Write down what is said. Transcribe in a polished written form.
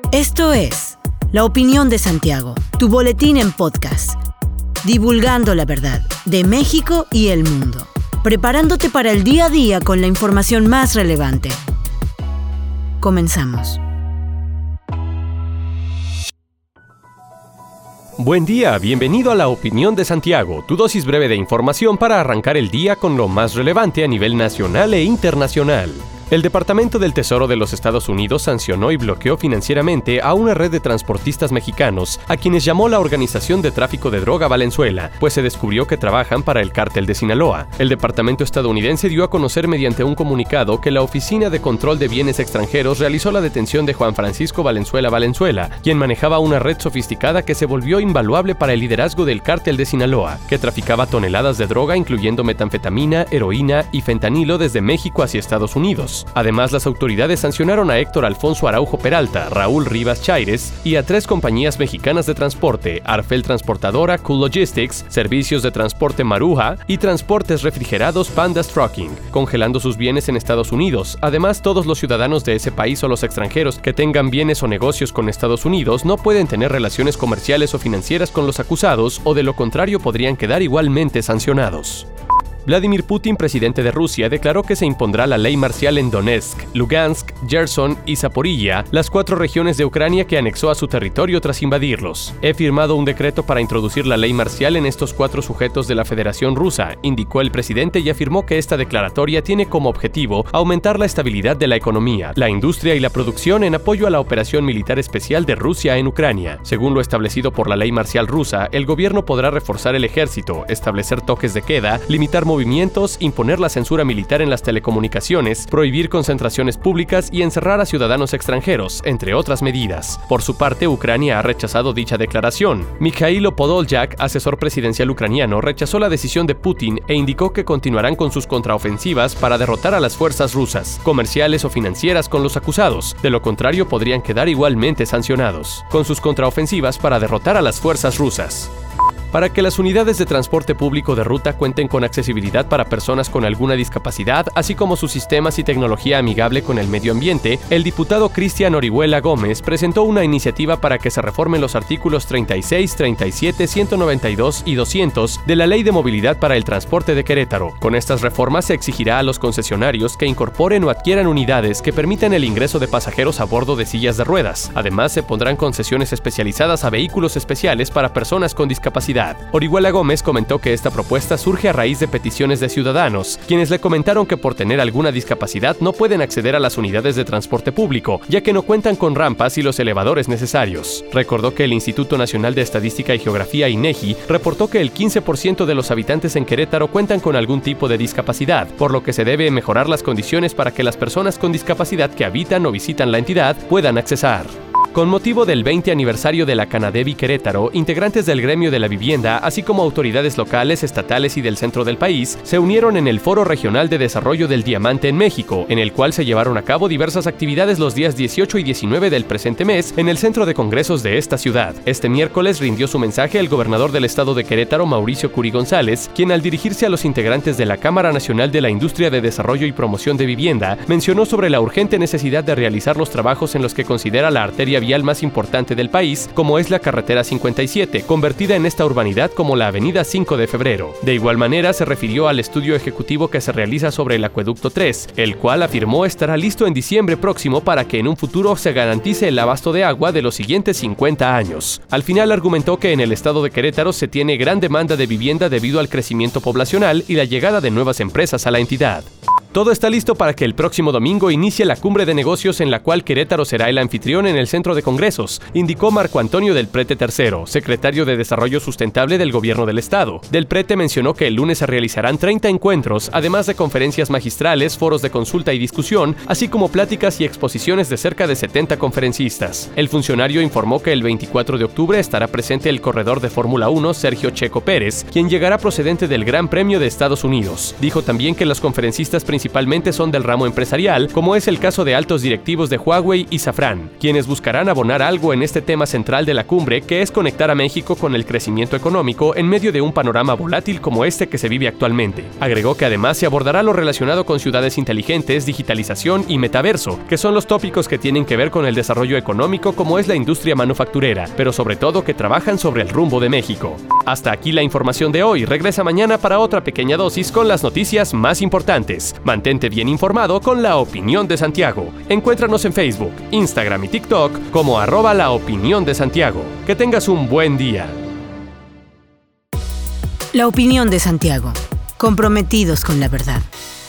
Esto es La Opinión de Santiago, tu boletín en podcast, divulgando la verdad de México y el mundo, preparándote para el día a día con la información más relevante. Comenzamos. Buen día, bienvenido a La Opinión de Santiago, tu dosis breve de información para arrancar el día con lo más relevante a nivel nacional e internacional. El Departamento del Tesoro de los Estados Unidos sancionó y bloqueó financieramente a una red de transportistas mexicanos, a quienes llamó la Organización de Tráfico de Droga Valenzuela, pues se descubrió que trabajan para el cártel de Sinaloa. El departamento estadounidense dio a conocer mediante un comunicado que la Oficina de Control de Bienes Extranjeros realizó la detención de Juan Francisco Valenzuela, quien manejaba una red sofisticada que se volvió invaluable para el liderazgo del cártel de Sinaloa, que traficaba toneladas de droga incluyendo metanfetamina, heroína y fentanilo desde México hacia Estados Unidos. Además, las autoridades sancionaron a Héctor Alfonso Araujo Peralta, Raúl Rivas Chaires y a 3 compañías mexicanas de transporte: Arfel Transportadora, Cool Logistics, Servicios de Transporte Maruja y Transportes Refrigerados Pandas Trucking, congelando sus bienes en Estados Unidos. Además, todos los ciudadanos de ese país o los extranjeros que tengan bienes o negocios con Estados Unidos no pueden tener relaciones comerciales o financieras con los acusados, o de lo contrario podrían quedar igualmente sancionados. Vladimir Putin, presidente de Rusia, declaró que se impondrá la ley marcial en Donetsk, Lugansk, Gerson y Zaporilla, las 4 regiones de Ucrania que anexó a su territorio tras invadirlos. He firmado un decreto para introducir la ley marcial en estos 4 sujetos de la Federación Rusa, indicó el presidente, y afirmó que esta declaratoria tiene como objetivo aumentar la estabilidad de la economía, la industria y la producción en apoyo a la operación militar especial de Rusia en Ucrania. Según lo establecido por la ley marcial rusa, el gobierno podrá reforzar el ejército, establecer toques de queda, limitar movimientos, imponer la censura militar en las telecomunicaciones, prohibir concentraciones públicas y encerrar a ciudadanos extranjeros, entre otras medidas. Por su parte, Ucrania ha rechazado dicha declaración. Mikhailo Podolyak, asesor presidencial ucraniano, rechazó la decisión de Putin e indicó que continuarán con sus contraofensivas para derrotar a las fuerzas rusas, comerciales o financieras, con los acusados. De lo contrario, podrían quedar igualmente sancionados, con sus contraofensivas para derrotar a las fuerzas rusas. Para que las unidades de transporte público de ruta cuenten con accesibilidad para personas con alguna discapacidad, así como sus sistemas y tecnología amigable con el medio ambiente, el diputado Cristian Orihuela Gómez presentó una iniciativa para que se reformen los artículos 36, 37, 192 y 200 de la Ley de Movilidad para el Transporte de Querétaro. Con estas reformas se exigirá a los concesionarios que incorporen o adquieran unidades que permitan el ingreso de pasajeros a bordo de sillas de ruedas. Además, se pondrán concesiones especializadas a vehículos especiales para personas con discapacidad. Orihuela Gómez comentó que esta propuesta surge a raíz de peticiones de ciudadanos, quienes le comentaron que por tener alguna discapacidad no pueden acceder a las unidades de transporte público, ya que no cuentan con rampas y los elevadores necesarios. Recordó que el Instituto Nacional de Estadística y Geografía, INEGI, reportó que el 15% de los habitantes en Querétaro cuentan con algún tipo de discapacidad, por lo que se debe mejorar las condiciones para que las personas con discapacidad que habitan o visitan la entidad puedan accesar. Con motivo del 20 aniversario de la Canadevi Querétaro, integrantes del gremio de la vivienda, así como autoridades locales, estatales y del centro del país, se unieron en el Foro Regional de Desarrollo del Diamante en México, en el cual se llevaron a cabo diversas actividades los días 18 y 19 del presente mes en el centro de congresos de esta ciudad. Este miércoles rindió su mensaje el gobernador del estado de Querétaro, Mauricio Curi González, quien, al dirigirse a los integrantes de la Cámara Nacional de la Industria de Desarrollo y Promoción de Vivienda, mencionó sobre la urgente necesidad de realizar los trabajos en los que considera la arteria vial más importante del país, como es la carretera 57, convertida en esta urbanidad como la avenida 5 de Febrero. De igual manera, se refirió al estudio ejecutivo que se realiza sobre el acueducto 3, el cual afirmó estará listo en diciembre próximo para que en un futuro se garantice el abasto de agua de los siguientes 50 años. Al final argumentó que en el estado de Querétaro se tiene gran demanda de vivienda debido al crecimiento poblacional y la llegada de nuevas empresas a la entidad. Todo está listo para que el próximo domingo inicie la cumbre de negocios en la cual Querétaro será el anfitrión en el centro de congresos, indicó Marco Antonio Del Prete III, secretario de Desarrollo Sustentable del Gobierno del Estado. Del Prete mencionó que el lunes se realizarán 30 encuentros, además de conferencias magistrales, foros de consulta y discusión, así como pláticas y exposiciones de cerca de 70 conferencistas. El funcionario informó que el 24 de octubre estará presente el corredor de Fórmula 1, Sergio Checo Pérez, quien llegará procedente del Gran Premio de Estados Unidos. Dijo también que los conferencistas principales principalmente son del ramo empresarial, como es el caso de altos directivos de Huawei y Safran, quienes buscarán abonar algo en este tema central de la cumbre, que es conectar a México con el crecimiento económico en medio de un panorama volátil como este que se vive actualmente. Agregó que además se abordará lo relacionado con ciudades inteligentes, digitalización y metaverso, que son los tópicos que tienen que ver con el desarrollo económico como es la industria manufacturera, pero sobre todo que trabajan sobre el rumbo de México. Hasta aquí la información de hoy. Regresa mañana para otra pequeña dosis con las noticias más importantes. Mantente bien informado con La Opinión de Santiago. Encuéntranos en Facebook, Instagram y TikTok como @La Opinión de Santiago. Que tengas un buen día. La Opinión de Santiago. Comprometidos con la verdad.